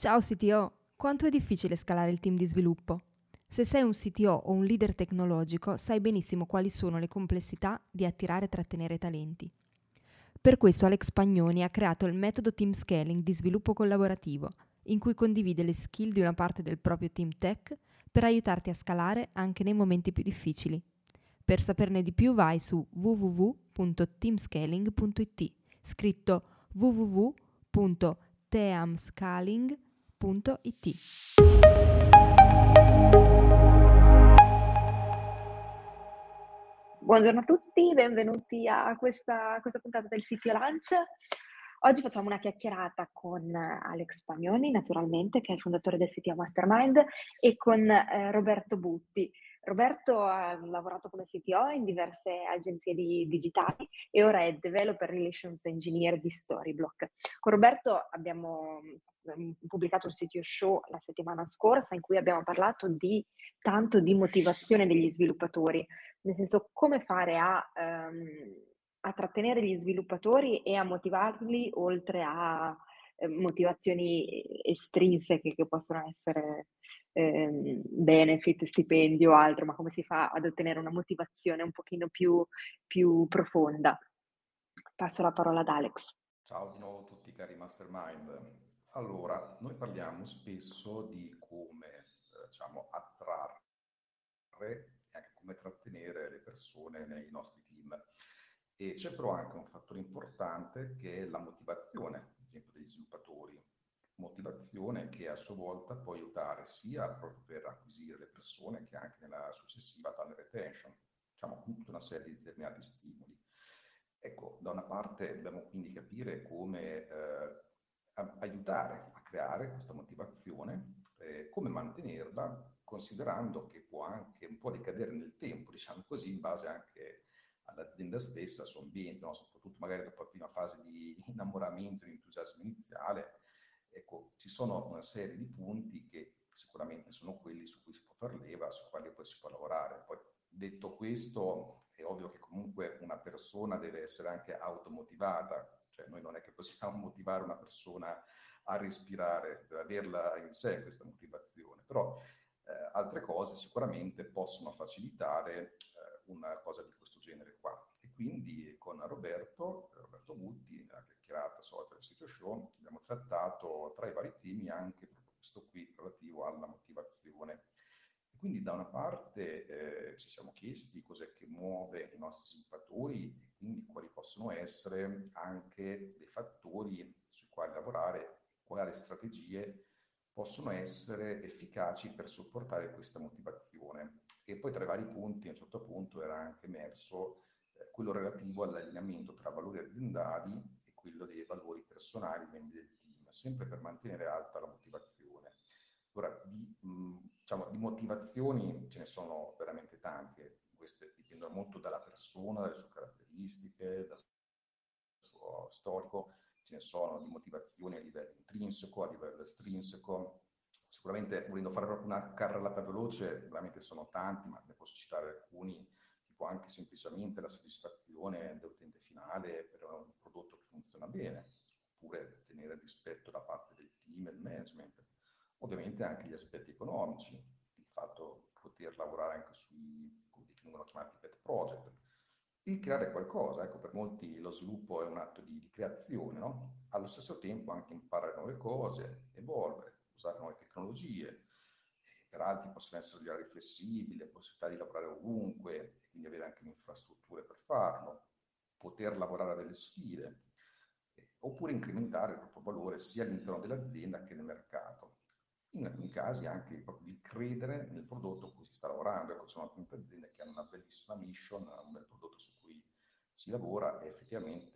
Ciao CTO, quanto è difficile scalare il team di sviluppo? Se sei un CTO o un leader tecnologico, sai benissimo quali sono le complessità di attirare e trattenere talenti. Per questo Alex Pagnoni ha creato il metodo Team Scaling di sviluppo collaborativo, in cui condivide le skill di una parte del proprio team tech per aiutarti a scalare anche nei momenti più difficili. Per saperne di più vai su www.teamscaling.it, scritto www.teamscaling.it. Buongiorno a tutti, benvenuti a questa puntata del Sitio Lunch. Oggi facciamo una chiacchierata con Alex Pagnoni, naturalmente, che è il fondatore del CTO Mastermind, e con Roberto Butti. Roberto ha lavorato come CTO in diverse agenzie digitali e ora è Developer Relations Engineer di Storyblock. Con Roberto abbiamo pubblicato un CTO Show la settimana scorsa in cui abbiamo parlato tanto di motivazione degli sviluppatori, nel senso come fare a trattenere gli sviluppatori e a motivarli oltre a motivazioni estrinseche che possono essere benefit, stipendio o altro, ma come si fa ad ottenere una motivazione un pochino più profonda. Passo la parola ad Alex. Ciao di nuovo a tutti cari Mastermind. Allora, noi parliamo spesso di come attrarre e anche come trattenere le persone nei nostri team. E c'è però anche un fattore importante che è la motivazione, ad esempio degli sviluppatori. Motivazione che a sua volta può aiutare sia proprio per acquisire le persone che anche nella successiva talent retention, diciamo con tutta una serie di determinati stimoli. Ecco, da una parte dobbiamo quindi capire come aiutare a creare questa motivazione, come mantenerla, considerando che può anche un po' ricadere nel tempo, diciamo così, in base anche all'azienda stessa, al suo ambiente, no? Soprattutto magari dopo la prima fase di innamoramento, di entusiasmo iniziale. Ecco, ci sono una serie di punti che sicuramente sono quelli su cui si può far leva, su quali poi si può lavorare. Poi, detto questo, è ovvio che comunque una persona deve essere anche automotivata, cioè noi non è che possiamo motivare una persona a respirare, deve averla in sé questa motivazione, però altre cose sicuramente possono facilitare una cosa di questo genere qua. E quindi con Roberto Butti, nella chiacchierata solita del sito show, abbiamo trattato tra i vari temi anche questo qui relativo alla motivazione. E quindi da una parte ci siamo chiesti cos'è che muove i nostri sviluppatori e quindi quali possono essere anche dei fattori sui quali lavorare, quali strategie possono essere efficaci per supportare questa motivazione. E poi tra i vari punti, a un certo punto era anche emerso quello relativo all'allineamento tra valori aziendali e quello dei valori personali membri del team, sempre per mantenere alta la motivazione. Ora, di motivazioni ce ne sono veramente tante, queste dipendono molto dalla persona, dalle sue caratteristiche, dal suo storico, ce ne sono di motivazioni a livello intrinseco, a livello estrinseco. Sicuramente, volendo fare proprio una carrellata veloce, veramente sono tanti, ma ne posso citare alcuni, tipo anche semplicemente la soddisfazione dell'utente finale per un prodotto che funziona bene, oppure ottenere rispetto da parte del team e del management. Ovviamente anche gli aspetti economici, il fatto di poter lavorare anche sui quelli che vengono chiamati pet project, il creare qualcosa. Ecco, per molti lo sviluppo è un atto di creazione, no? Allo stesso tempo anche imparare nuove cose, evolvere, usare nuove tecnologie. E per altri possono essere gli orari flessibili, la possibilità di lavorare ovunque, e quindi avere anche le infrastrutture per farlo, poter lavorare a delle sfide, oppure incrementare il proprio valore sia all'interno dell'azienda che nel mercato. In alcuni casi anche proprio di credere nel prodotto su cui si sta lavorando. Ecco, ci sono alcune aziende che hanno una bellissima mission, un bel prodotto su cui si lavora e effettivamente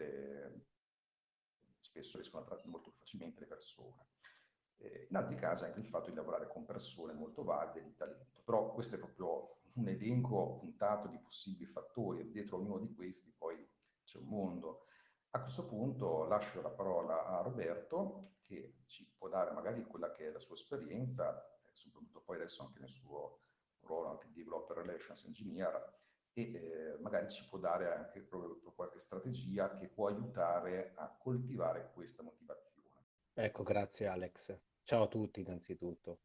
spesso riescono a attrarre molto più facilmente le persone. In altri casi anche il fatto di lavorare con persone molto valide di talento. Però questo è proprio un elenco puntato di possibili fattori e dietro ognuno di questi poi c'è un mondo. A questo punto lascio la parola a Roberto che ci può dare magari quella che è la sua esperienza, soprattutto poi adesso anche nel suo ruolo anche di Developer Relations Engineer, e magari ci può dare anche proprio qualche strategia che può aiutare a coltivare questa motivazione. Ecco, grazie Alex. Ciao a tutti innanzitutto.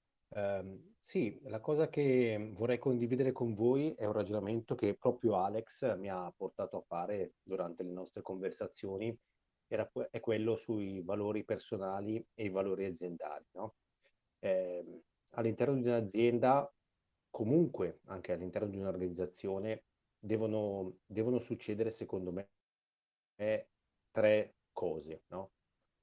Sì, la cosa che vorrei condividere con voi è un ragionamento che proprio Alex mi ha portato a fare durante le nostre conversazioni, è quello sui valori personali e i valori aziendali, no? All'interno di un'azienda, comunque anche all'interno di un'organizzazione, devono succedere, secondo me, tre cose, no?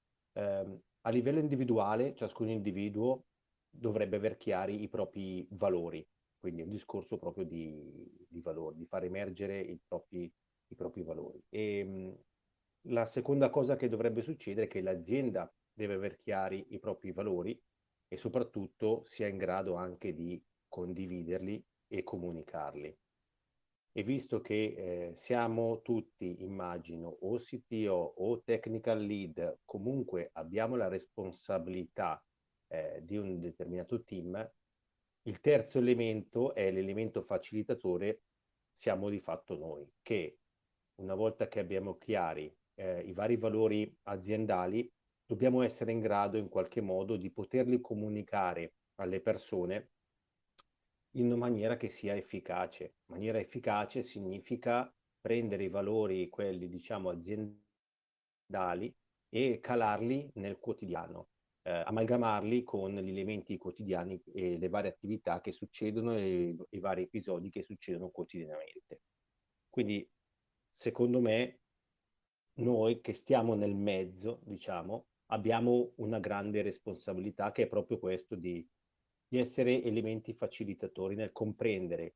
A livello individuale, ciascun individuo dovrebbe aver chiari i propri valori, quindi è un discorso proprio di valori, di far emergere i propri valori. La seconda cosa che dovrebbe succedere è che l'azienda deve aver chiari i propri valori e soprattutto sia in grado anche di condividerli e comunicarli. E visto che siamo tutti, immagino, o CTO o technical lead, comunque abbiamo la responsabilità di un determinato team, il terzo elemento è l'elemento facilitatore, siamo di fatto noi, che una volta che abbiamo chiari i vari valori aziendali, dobbiamo essere in grado in qualche modo di poterli comunicare alle persone in una maniera che sia efficace. Maniera efficace significa prendere i valori, quelli diciamo aziendali, e calarli nel quotidiano, amalgamarli con gli elementi quotidiani e le varie attività che succedono e i vari episodi che succedono quotidianamente. Quindi, secondo me, noi che stiamo nel mezzo, diciamo, abbiamo una grande responsabilità che è proprio questo di essere elementi facilitatori nel comprendere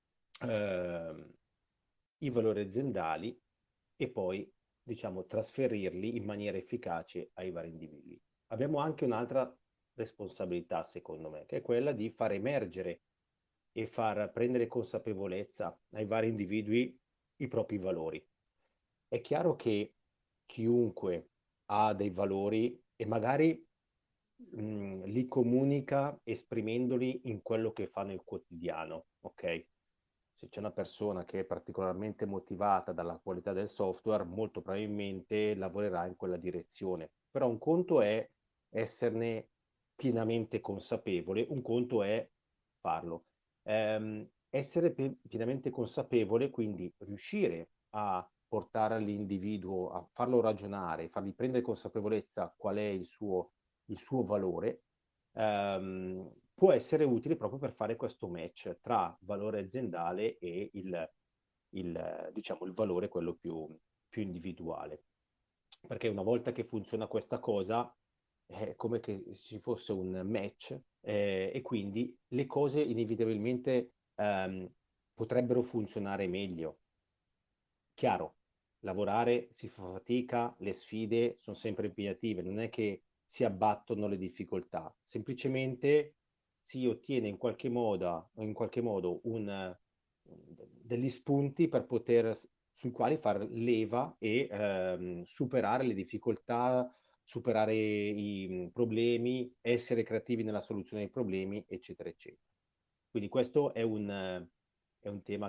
ehm, i valori aziendali e poi, diciamo, trasferirli in maniera efficace ai vari individui. Abbiamo anche un'altra responsabilità, secondo me, che è quella di far emergere e far prendere consapevolezza ai vari individui i propri valori. È chiaro che chiunque ha dei valori e magari li comunica esprimendoli in quello che fa nel quotidiano, ok? Se c'è una persona che è particolarmente motivata dalla qualità del software, molto probabilmente lavorerà in quella direzione. Però un conto è esserne pienamente consapevole, un conto è farlo. Essere pienamente consapevole, quindi riuscire a portare l'individuo, a farlo ragionare, fargli prendere consapevolezza qual è il suo valore, può essere utile proprio per fare questo match tra valore aziendale e diciamo, il valore, quello più individuale. Perché una volta che funziona questa cosa, è come che ci fosse un match e quindi le cose inevitabilmente potrebbero funzionare meglio. Chiaro, lavorare si fa fatica, le sfide sono sempre impegnative, non è che si abbattono le difficoltà, semplicemente si ottiene in qualche modo degli spunti per poter, sui quali far leva e superare le difficoltà, superare i problemi, essere creativi nella soluzione dei problemi, eccetera, eccetera. Quindi questo è un tema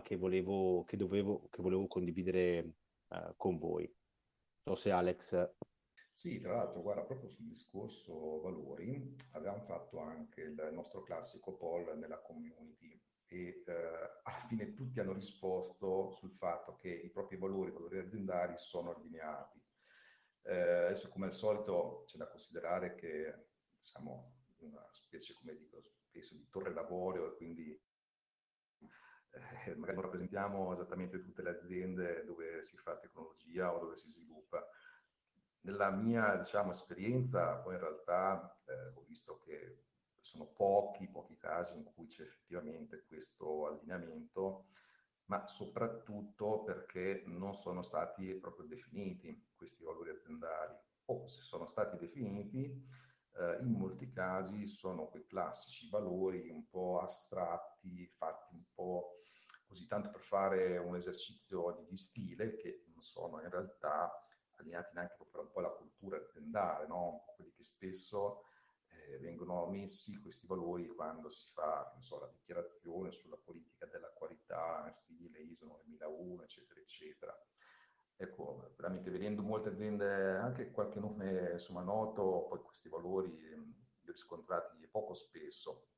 che volevo condividere con voi. Non so se Alex. Sì, tra l'altro, guarda, proprio sul discorso valori, abbiamo fatto anche il nostro classico poll nella community e alla fine tutti hanno risposto sul fatto che i propri valori, i valori aziendali sono allineati. Adesso, come al solito, c'è da considerare che siamo una specie, come dico, spesso di torre d'avorio e quindi magari non rappresentiamo esattamente tutte le aziende dove si fa tecnologia o dove si sviluppa. Nella mia, diciamo, esperienza, poi in realtà ho visto che sono pochi casi in cui c'è effettivamente questo allineamento, ma soprattutto perché non sono stati proprio definiti questi valori aziendali, o se sono stati definiti, in molti casi sono quei classici valori un po' astratti, fatti un po' così tanto per fare un esercizio di stile, che non sono in realtà allineati neanche proprio un po' alla cultura aziendale, no? Quelli che spesso vengono messi questi valori quando si fa, non so, la dichiarazione sulla politica della qualità, stile ISO 9001, eccetera, eccetera. Ecco, veramente vedendo molte aziende, anche qualche nome insomma noto, poi questi valori li ho riscontrati poco spesso.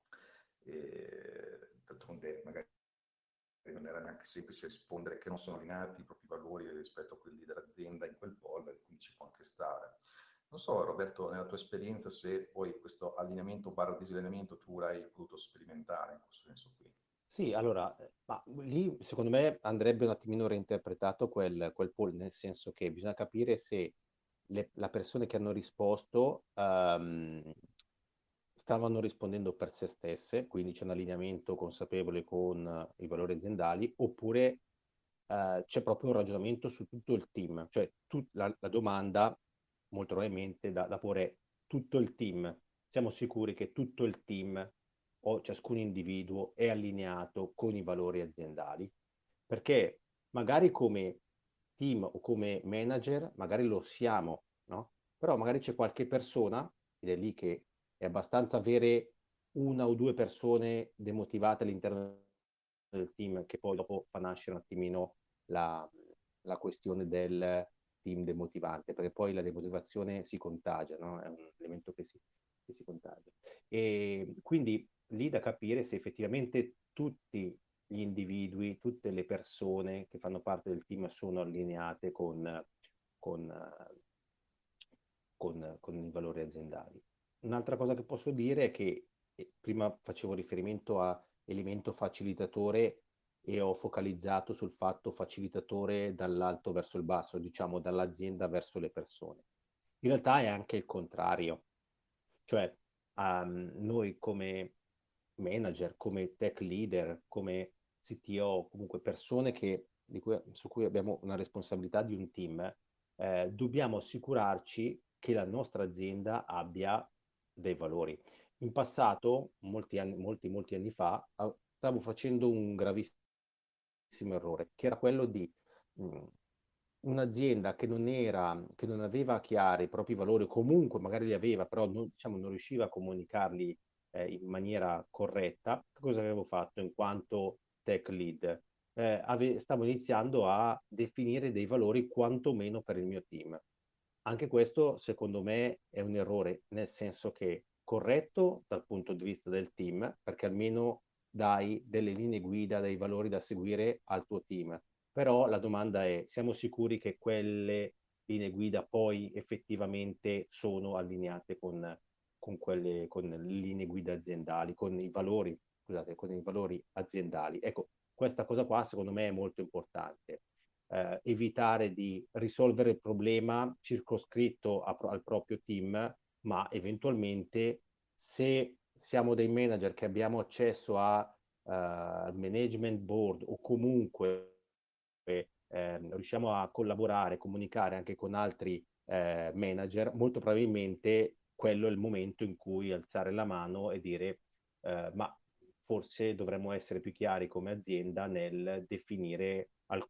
E d'altronde magari non era neanche semplice rispondere che non sono allineati i propri valori rispetto a quelli dell'azienda in quel polo, quindi ci può anche stare. Non so, Roberto, nella tua esperienza, se poi questo allineamento / disallineamento tu l'hai potuto sperimentare in questo senso qui. Sì, allora, ma lì secondo me andrebbe un attimino reinterpretato quel poll, nel senso che bisogna capire se le persone che hanno risposto stavano rispondendo per se stesse, quindi c'è un allineamento consapevole con i valori aziendali, oppure c'è proprio un ragionamento su tutto il team, cioè la domanda molto probabilmente da porre è tutto il team. Siamo sicuri che tutto il team o ciascun individuo è allineato con i valori aziendali? Perché magari come team o come manager, magari lo siamo, no? Però magari c'è qualche persona, ed è lì che è abbastanza avere una o due persone demotivate all'interno del team, che poi dopo fa nascere un attimino la questione del team demotivante, perché poi la demotivazione si contagia, no? È un elemento che si contagia. E quindi lì da capire se effettivamente tutti gli individui, tutte le persone che fanno parte del team sono allineate con, con i valori aziendali. Un'altra cosa che posso dire è che prima facevo riferimento a elemento facilitatore e ho focalizzato sul fatto facilitatore dall'alto verso il basso, diciamo dall'azienda verso le persone. In realtà è anche il contrario, cioè noi come manager, come tech leader, come CTO, comunque persone su cui abbiamo una responsabilità di un team, dobbiamo assicurarci che la nostra azienda abbia dei valori. In passato, molti anni fa, stavo facendo un gravissimo errore, che era quello di mh, un'azienda che non aveva chiari i propri valori, comunque magari li aveva, però non, diciamo, non riusciva a comunicarli in maniera corretta. Cosa avevo fatto in quanto tech lead? Stavo iniziando a definire dei valori quantomeno per il mio team. Anche questo, secondo me, è un errore, nel senso che corretto dal punto di vista del team, perché almeno dai delle linee guida, dei valori da seguire al tuo team. Però la domanda è, siamo sicuri che quelle linee guida poi effettivamente sono allineate con le linee guida aziendali, con i valori, scusate, con i valori aziendali? Ecco, questa cosa qua secondo me è molto importante. Evitare di risolvere il problema circoscritto al proprio team, ma eventualmente se siamo dei manager che abbiamo accesso al management board o comunque riusciamo a collaborare, comunicare anche con altri manager, molto probabilmente quello è il momento in cui alzare la mano e dire ma forse dovremmo essere più chiari come azienda nel definire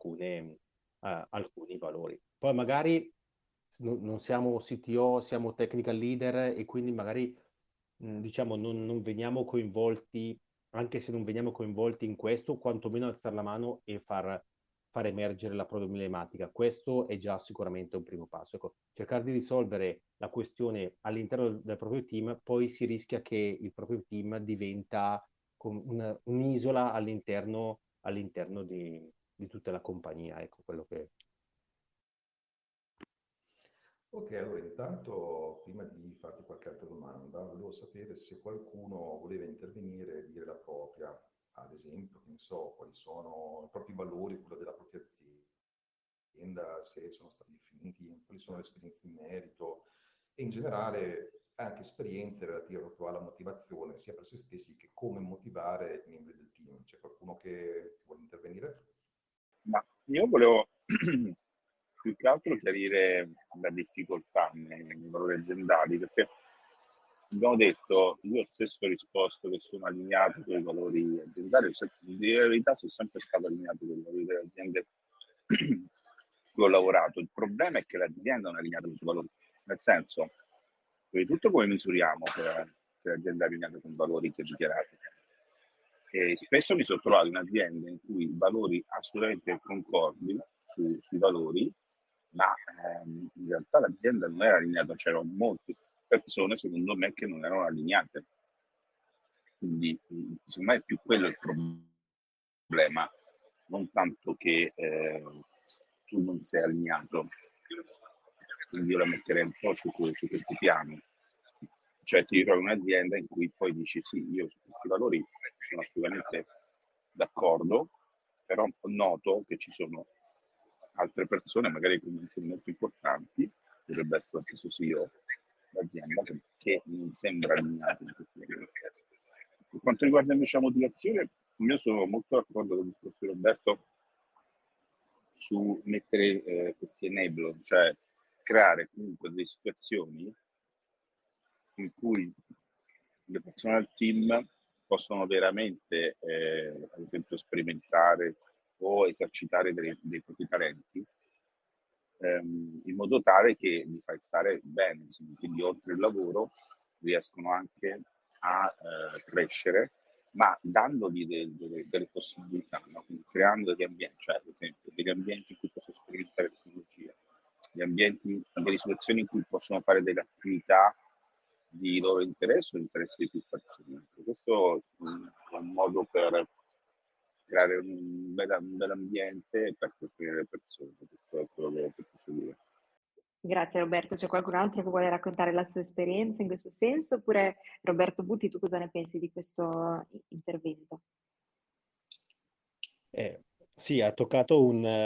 alcuni valori. Poi magari non siamo CTO, siamo technical leader e quindi magari diciamo non veniamo coinvolti, anche se non veniamo coinvolti in questo, quantomeno alzare la mano e far emergere la problematica. Questo è già sicuramente un primo passo. Ecco, cercare di risolvere la questione all'interno del proprio team, poi si rischia che il proprio team diventa un'isola all'interno di tutta la compagnia. Ecco quello che... Ok, allora intanto prima di farti qualche altra domanda, volevo sapere se qualcuno voleva intervenire e dire la propria, ad esempio, che ne so, quali sono i propri valori, quello della propria azienda, se sono stati definiti, quali sono le esperienze in merito e in generale anche esperienze relative proprio alla motivazione, sia per se stessi che come motivare i membri del team. C'è qualcuno che vuole intervenire? Ma io volevo più che altro chiarire la difficoltà nei valori aziendali, perché abbiamo detto, io stesso ho risposto che sono allineato con i valori aziendali, in verità sono sempre stato allineato con i valori delle aziende cui ho lavorato. Il problema è che l'azienda non è allineata con i suoi valori, nel senso, prima di tutto come misuriamo che l'azienda è allineata con i valori che dichiarate. E spesso mi sono trovato in aziende in cui i valori assolutamente concordi sui valori, ma in realtà l'azienda non era allineata, c'erano molti persone, secondo me, che non erano allineate. Quindi, secondo me è più quello il problema, non tanto che tu non sei allineato. Quindi io la metterei un po' su questo piano. Cioè ti ritrovi un'azienda in cui poi dici sì, io su questi valori sono assolutamente d'accordo, però noto che ci sono altre persone, magari con dimensioni molto importanti, potrebbe essere lo stesso CEO d'azienda, che non sembra allineato in questi valori. Per quanto riguarda invece la motivazione, io sono molto d'accordo con il discorso di Roberto su mettere questi enabler, cioè creare comunque delle situazioni in cui le persone del team possono veramente, ad esempio, sperimentare o esercitare dei propri talenti, in modo tale che li fai stare bene, insomma. Quindi oltre il lavoro riescono anche a crescere, ma dandogli delle possibilità, no? Quindi creando degli ambienti, cioè ad esempio degli ambienti in cui possono sperimentare tecnologia, gli ambienti, delle situazioni in cui possono fare delle attività di loro interesse o interesse di più persone. Questo è un modo per creare un bel ambiente per colpire le persone. Questo è quello che posso dire. Grazie Roberto. C'è qualcun altro che vuole raccontare la sua esperienza in questo senso? Oppure Roberto Butti, tu cosa ne pensi di questo intervento? Sì, ha toccato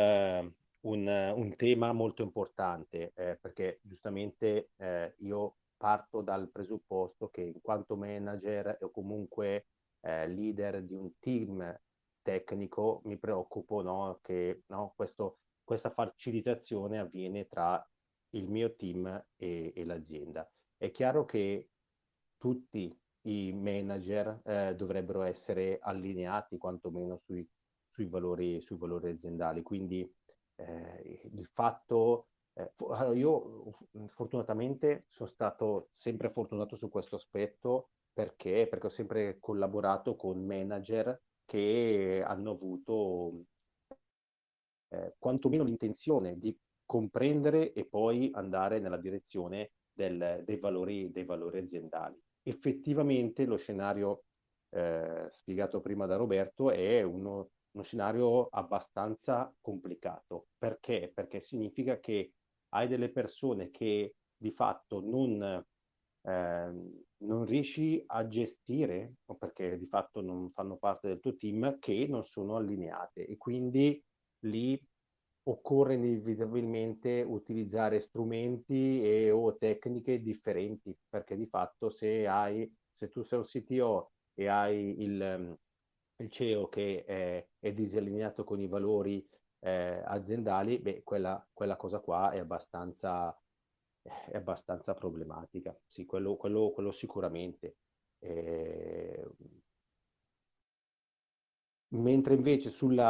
un tema molto importante, perché giustamente io parto dal presupposto che in quanto manager o comunque leader di un team tecnico mi preoccupo, no, che no, questa facilitazione avviene tra il mio team e l'azienda. È chiaro che tutti i manager dovrebbero essere allineati quantomeno sui valori aziendali. Quindi il fatto, allora, io fortunatamente sono stato sempre fortunato su questo aspetto perché ho sempre collaborato con manager che hanno avuto quantomeno l'intenzione di comprendere e poi andare nella direzione dei valori aziendali. Effettivamente lo scenario spiegato prima da Roberto è uno scenario abbastanza complicato. Perché? Perché significa che hai delle persone che di fatto non riesci a gestire, o perché di fatto non fanno parte del tuo team, che non sono allineate e quindi lì occorre inevitabilmente utilizzare strumenti o tecniche differenti, perché di fatto se tu sei un CTO e hai il CEO che è disallineato con i valori aziendali, beh, quella cosa qua è abbastanza problematica. Sì, quello sicuramente. Eh, Mentre invece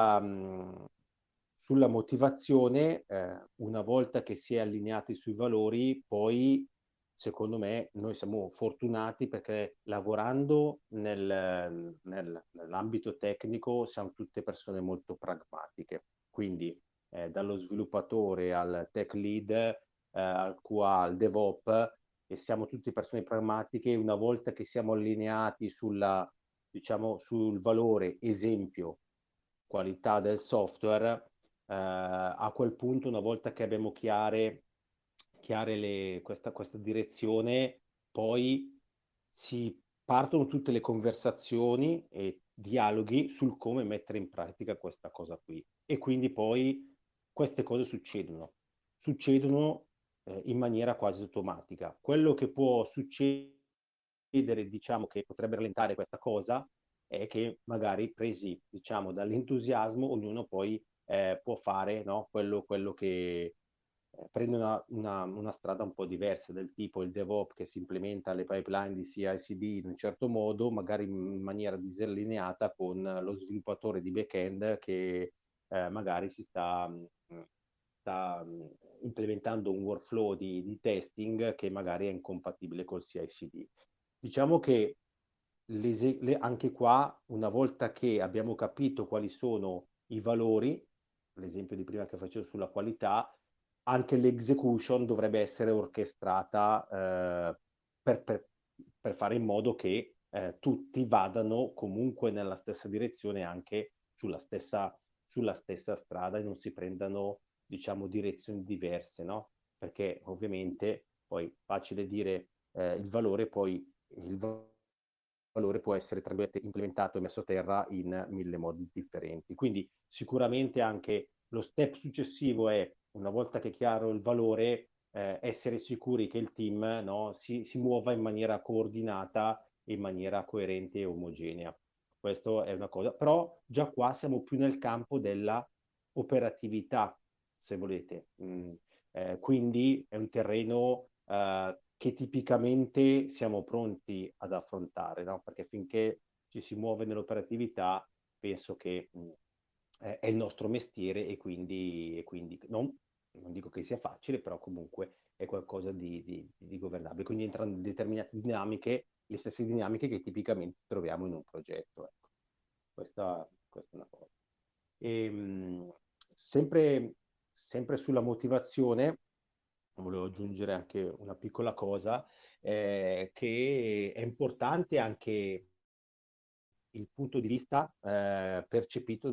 sulla motivazione, una volta che si è allineati sui valori, poi secondo me noi siamo fortunati perché lavorando nell'ambito tecnico siamo tutte persone molto pragmatiche. Quindi dallo sviluppatore al tech lead, al QA, al DevOps, e siamo tutte persone pragmatiche. Una volta che siamo allineati diciamo, sul valore esempio qualità del software, a quel punto, una volta che abbiamo chiare questa direzione, poi si partono tutte le conversazioni e dialoghi sul come mettere in pratica questa cosa qui. E quindi poi queste cose succedono in maniera quasi automatica. Quello che può succedere, diciamo, che potrebbe rallentare questa cosa, è che magari presi, diciamo, dall'entusiasmo, ognuno poi può fare, no, quello che prende una strada un po' diversa, del tipo il DevOps che si implementa le pipeline di CI/CD in un certo modo, magari in maniera disallineata con lo sviluppatore di back-end che magari sta implementando un workflow di testing che magari è incompatibile col CI/CD. Diciamo che anche qua, una volta che abbiamo capito quali sono i valori, l'esempio di prima che facevo sulla qualità, anche l'execution dovrebbe essere orchestrata per fare in modo che tutti vadano comunque nella stessa direzione, anche sulla stessa strada, e non si prendano, diciamo, direzioni diverse, no? Perché ovviamente poi facile dire il valore, poi valore può essere tra virgolette implementato e messo a terra in mille modi differenti. Quindi sicuramente anche lo step successivo è, una volta che è chiaro il valore, essere sicuri che il team, no, si muova in maniera coordinata e in maniera coerente e omogenea. Questo è una cosa, però già qua siamo più nel campo della operatività, se volete. Quindi è un terreno che tipicamente siamo pronti ad affrontare, no? Perché finché ci si muove nell'operatività, penso che è il nostro mestiere, e quindi non dico che sia facile, però comunque è qualcosa di governabile. Quindi entrano determinate dinamiche, le stesse dinamiche che tipicamente troviamo in un progetto. Ecco. Questa è una cosa. E, sempre sulla motivazione, volevo aggiungere anche una piccola cosa, che è importante anche il punto di vista percepito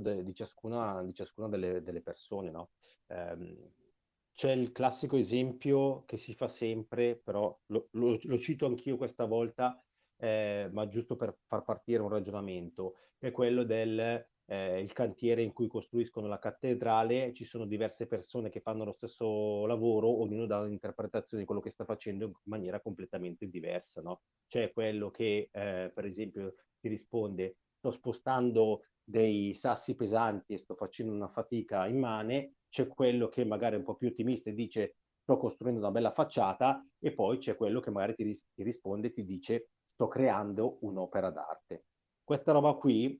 di ciascuna delle persone, no? Ehm, C'è il classico esempio che si fa sempre, però lo cito anch'io questa volta, ma giusto per far partire un ragionamento, che è quello del il cantiere in cui costruiscono la cattedrale. Ci sono diverse persone che fanno lo stesso lavoro, ognuno dà un'interpretazione di quello che sta facendo in maniera completamente diversa, no? C'è quello che, per esempio, ti risponde: sto spostando dei sassi pesanti e sto facendo una fatica immane. C'è quello che magari è un po' più ottimista e dice: sto costruendo una bella facciata. E poi c'è quello che magari ti risponde e ti dice: sto creando un'opera d'arte. Questa roba qui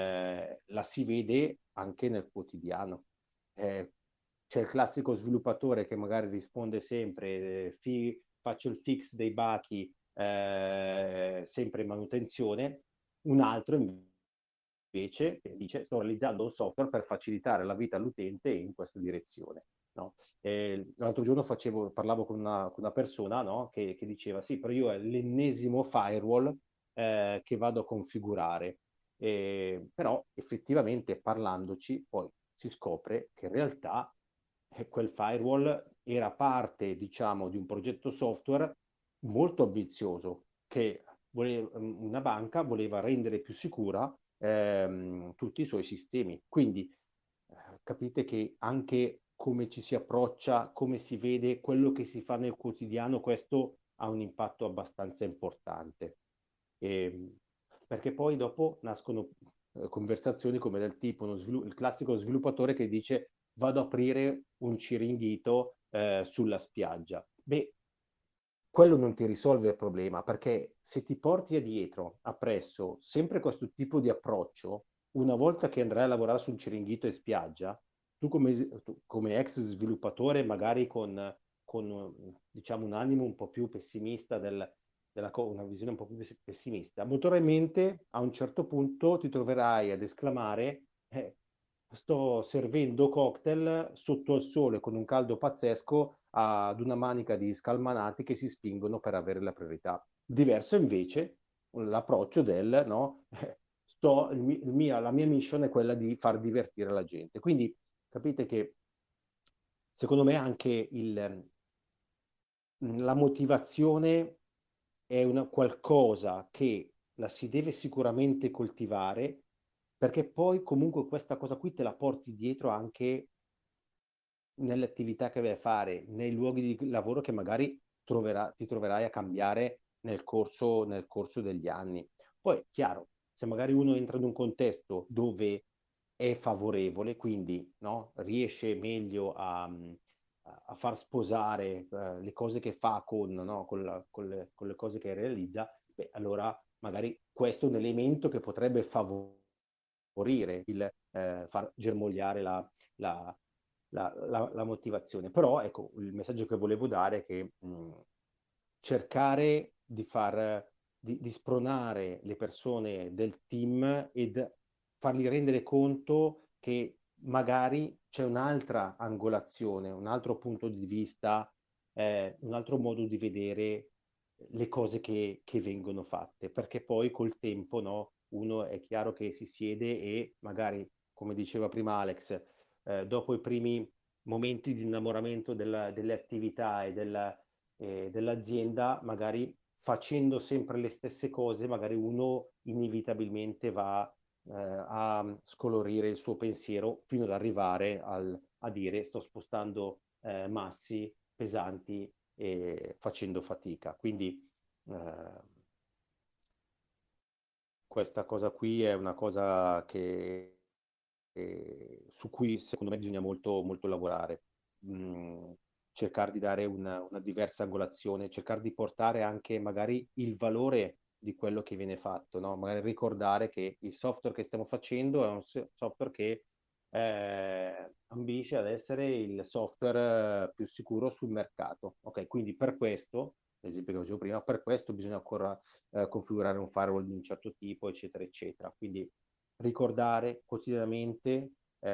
la si vede anche nel quotidiano. Eh, C'è il classico sviluppatore che magari risponde sempre: faccio il fix dei bachi, sempre in manutenzione. Un altro invece dice: sto realizzando un software per facilitare la vita all'utente in questa direzione. No? L'altro giorno parlavo con una persona, no, che diceva: sì, però io è l'ennesimo firewall che vado a configurare. Però effettivamente, parlandoci, poi si scopre che in realtà quel firewall era parte, diciamo, di un progetto software molto ambizioso, che una banca voleva rendere più sicura tutti i suoi sistemi. Quindi capite che anche come ci si approccia, come si vede, quello che si fa nel quotidiano, questo ha un impatto abbastanza importante. E, perché poi dopo nascono conversazioni come del tipo il classico sviluppatore che dice: vado ad aprire un ciringhito sulla spiaggia. Beh, quello non ti risolve il problema, perché se ti porti dietro, appresso, sempre questo tipo di approccio, una volta che andrai a lavorare sul ciringhito e spiaggia, tu come ex sviluppatore, magari con, diciamo, un animo un po' più pessimista una visione un po' più pessimista, molto probabilmente a un certo punto ti troverai ad esclamare: sto servendo cocktail sotto al sole con un caldo pazzesco ad una manica di scalmanati che si spingono per avere la priorità. Diverso invece l'approccio del no, la mia mission è quella di far divertire la gente. Quindi capite che secondo me anche la motivazione è qualcosa che la si deve sicuramente coltivare, perché poi comunque questa cosa qui te la porti dietro anche nelle attività che vai a fare, nei luoghi di lavoro che magari ti troverai a cambiare nel corso degli anni. Poi, chiaro, se magari uno entra in un contesto dove è favorevole, quindi no, riesce meglio a far sposare le cose che fa no, con le cose che realizza, beh, allora magari questo è un elemento che potrebbe favorire il far germogliare la, la motivazione. Però ecco, il messaggio che volevo dare è che cercare di spronare le persone del team ed fargli rendere conto che magari c'è un'altra angolazione, un altro punto di vista, un altro modo di vedere le cose che vengono fatte, perché poi col tempo, no, uno è chiaro che si siede e magari, come diceva prima Alex, dopo i primi momenti di innamoramento delle attività dell'azienda, magari facendo sempre le stesse cose, magari uno inevitabilmente va a scolorire il suo pensiero fino ad arrivare a dire sto spostando massi pesanti e facendo fatica. Quindi eh, questa cosa qui è una cosa su cui secondo me bisogna molto, molto lavorare. Mm, cercare di dare una diversa angolazione, cercare di portare anche magari il valore di quello che viene fatto, no? Magari ricordare che il software che stiamo facendo è un software che ambisce ad essere il software più sicuro sul mercato. Ok, quindi per questo, l'esempio che facevo prima, per questo bisogna ancora configurare un firewall di un certo tipo, eccetera, eccetera. Quindi ricordare quotidianamente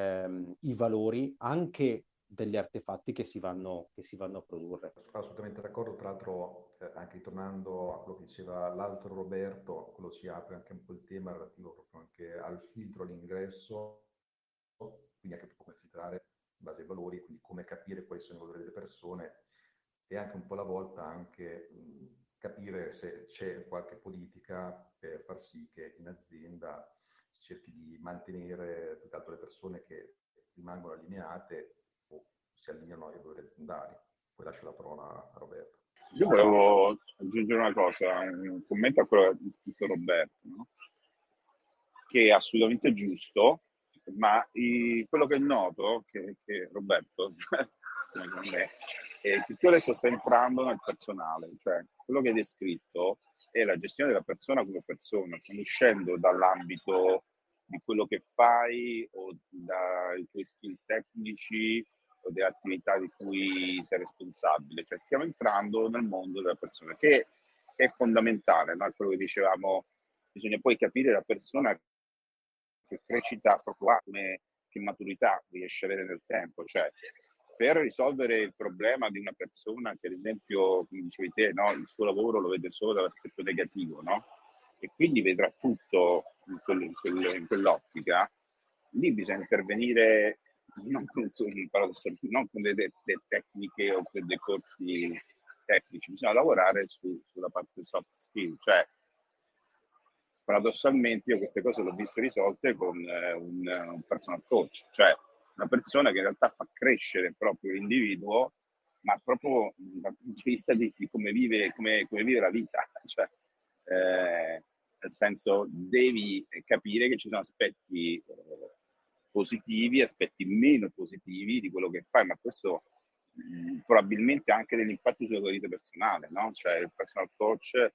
i valori anche degli artefatti che si vanno a produrre. Sono assolutamente d'accordo, tra l'altro anche ritornando a quello che diceva l'altro Roberto, quello ci apre anche un po' il tema relativo proprio anche al filtro all'ingresso, quindi anche come filtrare in base ai valori, quindi come capire quali sono i valori delle persone e anche un po' alla volta anche capire se c'è qualche politica per far sì che in azienda si cerchi di mantenere più che altro le persone che rimangono allineate o si allineano ai valori aziendali. Poi lascio la parola a Roberto. Io volevo aggiungere una cosa, un commento a quello che ha scritto Roberto, no? Che è assolutamente giusto, ma quello che noto, che Roberto, secondo me, è che tu adesso stai entrando nel personale, cioè quello che hai descritto è la gestione della persona come persona, stiamo uscendo dall'ambito di quello che fai o dai tuoi skill tecnici o delle attività di cui sei responsabile, cioè stiamo entrando nel mondo della persona, che è fondamentale, no? Quello che dicevamo, bisogna poi capire la persona che crescita proprio ha, che maturità riesce a avere nel tempo, cioè per risolvere il problema di una persona che ad esempio, come dicevi te, no, il suo lavoro lo vede solo dall'aspetto negativo, no? E quindi vedrà tutto in quell'ottica, lì bisogna intervenire non con delle tecniche o con dei corsi tecnici, bisogna lavorare sulla parte soft skill, cioè paradossalmente io queste cose le ho viste risolte con un personal coach, cioè una persona che in realtà fa crescere proprio l'individuo, ma proprio dal punto di vista di come vive la vita, cioè, nel senso devi capire che ci sono aspetti positivi, aspetti meno positivi di quello che fai, ma questo probabilmente ha anche degli impatti sulla tua vita personale, no? Cioè il personal coach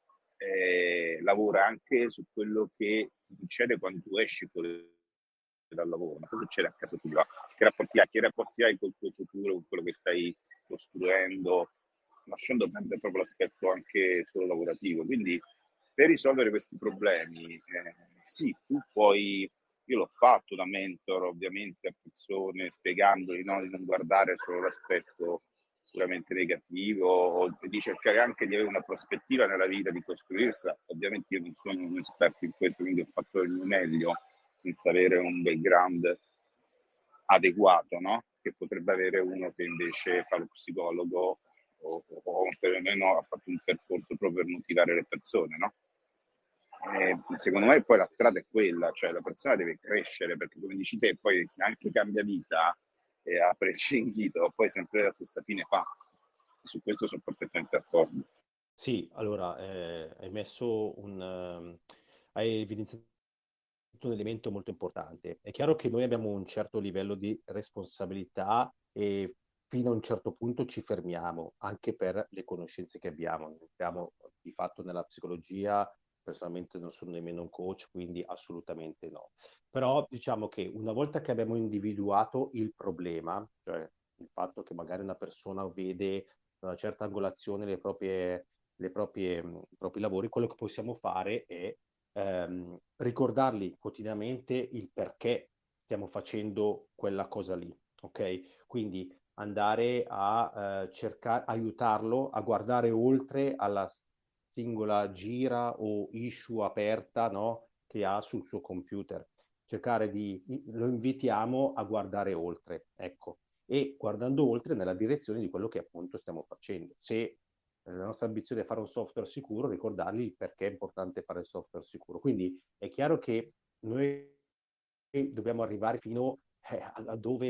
lavora anche su quello che succede quando tu esci fuori dal lavoro, ma cosa succede a casa tua? Che rapporti hai col tuo futuro, con quello che stai costruendo, lasciando perdere proprio l'aspetto anche solo lavorativo. Quindi per risolvere questi problemi, sì, tu puoi, io l'ho fatto da mentor ovviamente a persone, spiegandogli, no, di non guardare solo l'aspetto puramente negativo o di cercare anche di avere una prospettiva nella vita, di costruirsi. Ovviamente io non sono un esperto in questo, quindi ho fatto il mio meglio senza avere un background adeguato, no? Che potrebbe avere uno che invece fa lo psicologo o perlomeno ha fatto un percorso proprio per motivare le persone, no? Secondo me poi la strada è quella, cioè la persona deve crescere, perché come dici te, poi se anche cambia vita e apre il cinghito, poi sempre la stessa fine fa. E su questo sono perfettamente d'accordo. Sì, allora, hai evidenziato un elemento molto importante. È chiaro che noi abbiamo un certo livello di responsabilità e fino a un certo punto ci fermiamo, anche per le conoscenze che abbiamo. Non siamo di fatto nella psicologia, personalmente non sono nemmeno un coach, quindi assolutamente no. Però diciamo che una volta che abbiamo individuato il problema, cioè il fatto che magari una persona vede da una certa angolazione i propri lavori, quello che possiamo fare è ricordarli quotidianamente il perché stiamo facendo quella cosa lì, ok? Quindi andare a cercare, aiutarlo a guardare oltre alla singola gira o issue aperta, no, che ha sul suo computer. Lo invitiamo a guardare oltre, ecco, e guardando oltre nella direzione di quello che appunto stiamo facendo. Se la nostra ambizione è fare un software sicuro, ricordargli perché è importante fare il software sicuro. Quindi è chiaro che noi dobbiamo arrivare fino a dove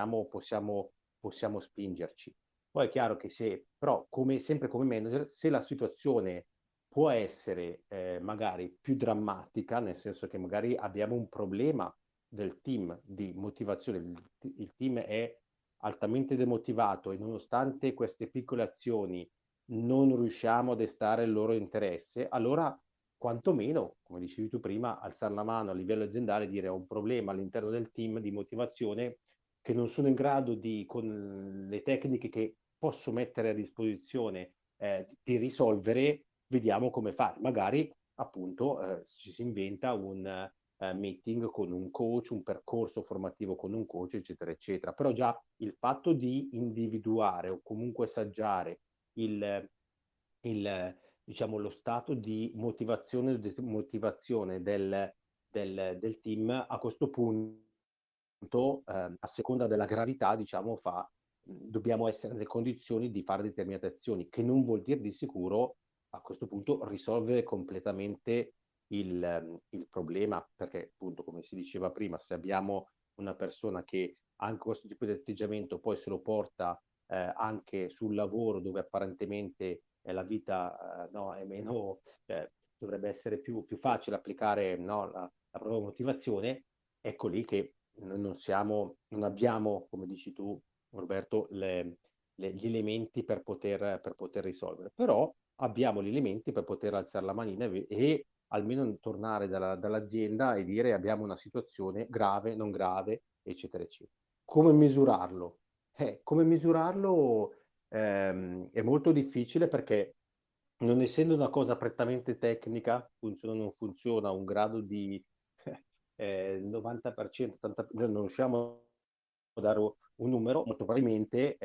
possiamo spingerci. Poi è chiaro che però sempre come manager, se la situazione può essere magari più drammatica, nel senso che magari abbiamo un problema del team di motivazione, il team è altamente demotivato e nonostante queste piccole azioni non riusciamo a destare il loro interesse, allora quantomeno, come dicevi tu prima, alzare la mano a livello aziendale e dire ho un problema all'interno del team di motivazione che non sono in grado con le tecniche che posso mettere a disposizione di risolvere, vediamo come fare. Magari appunto ci si inventa un meeting con un coach, un percorso formativo con un coach, eccetera, eccetera. Però già il fatto di individuare o comunque saggiare il, diciamo, lo stato di motivazione o demotivazione del team, a questo punto, a seconda della gravità, diciamo, dobbiamo essere nelle condizioni di fare determinate azioni, che non vuol dire di sicuro a questo punto risolvere completamente il problema, perché appunto, come si diceva prima, se abbiamo una persona che ha anche questo tipo di atteggiamento, poi se lo porta anche sul lavoro dove apparentemente la vita no, è meno, dovrebbe essere più facile applicare no, la propria motivazione, ecco lì che noi non abbiamo, come dici tu, Roberto, gli elementi per poter risolvere, però abbiamo gli elementi per poter alzare la manina e almeno tornare dall'azienda e dire abbiamo una situazione grave, non grave, eccetera, eccetera. Come misurarlo? Come misurarlo è molto difficile perché non essendo una cosa prettamente tecnica, funziona o non funziona, un grado di 90%, 80%, non riusciamo a dare un numero, molto probabilmente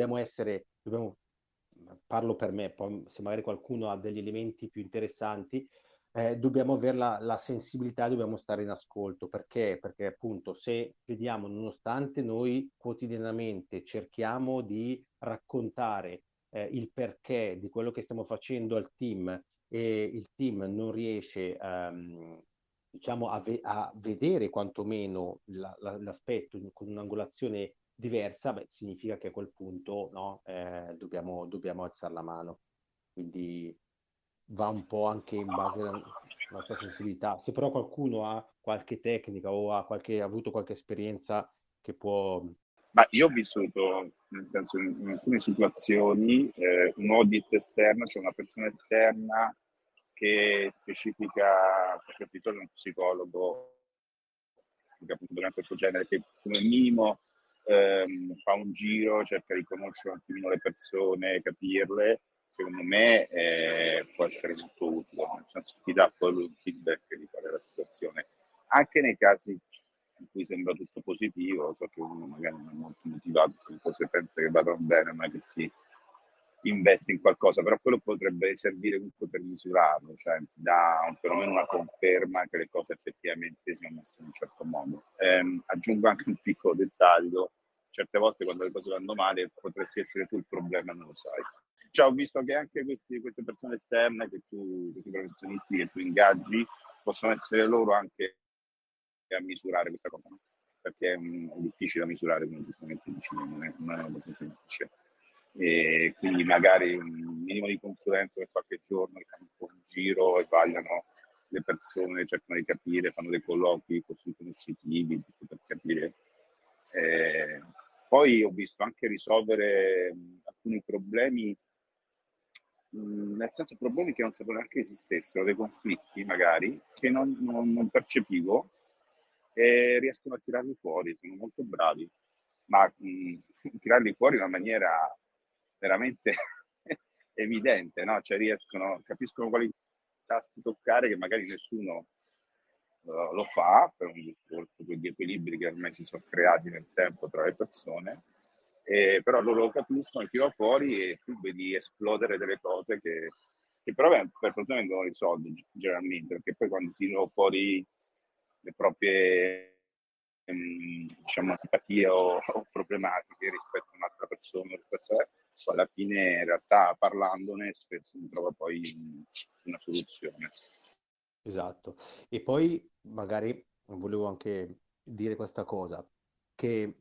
parlo per me, poi se magari qualcuno ha degli elementi più interessanti, dobbiamo avere la sensibilità, dobbiamo stare in ascolto. Perché? Perché appunto se vediamo, nonostante noi quotidianamente cerchiamo di raccontare il perché di quello che stiamo facendo al team e il team non riesce diciamo, a vedere quantomeno l'aspetto con un'angolazione diversa, beh, significa che a quel punto no, dobbiamo alzare la mano. Quindi va un po' anche in base alla nostra sensibilità. Se però qualcuno ha qualche tecnica o ha avuto qualche esperienza che può... Ma io ho vissuto, nel senso, in alcune situazioni, un audit esterno, cioè una persona esterna che specifica, perché ho bisogno di un psicologo, che appunto non è questo genere, che come minimo fa un giro, cerca di conoscere un attimino le persone, capirle, secondo me può essere molto utile, nel senso ti dà poi un feedback di qual è la situazione. Anche nei casi in cui sembra tutto positivo, so che uno magari non è molto motivato, se cose pensa che vadano bene, ma che si investe in qualcosa, però quello potrebbe servire comunque per misurarlo, cioè ti dà perlomeno una conferma che le cose effettivamente siano messe in un certo modo. Aggiungo anche un piccolo dettaglio, certe volte quando le cose vanno male potresti essere tu il problema, non lo sai. Cioè, ho visto che anche queste persone esterne, questi professionisti che tu ingaggi, possono essere loro anche a misurare questa cosa, no? Perché è difficile da misurare, come giustamente dici, non è una cosa semplice. E quindi magari un minimo di consulenza per qualche giorno, che fanno un po' un giro e vagliano le persone, cercano di capire, fanno dei colloqui così conoscitivi, giusto per capire. Poi ho visto anche risolvere alcuni problemi, nel senso problemi che non sapevo neanche esistessero, dei conflitti magari, che non percepivo e riescono a tirarli fuori, sono molto bravi, ma tirarli fuori in una maniera veramente evidente, no? Cioè capiscono quali tasti toccare che magari nessuno lo fa per un discorso di equilibri che ormai si sono creati nel tempo tra le persone, però loro lo capiscono, tirano fuori e tu vedi esplodere delle cose che che però per fortuna vengono risolti generalmente, perché poi quando si tirano fuori le proprie diciamo antipatie o problematiche rispetto a un'altra persona, rispetto a, poi alla fine in realtà parlandone spesso si trova poi una soluzione. Esatto. E poi magari volevo anche dire questa cosa, che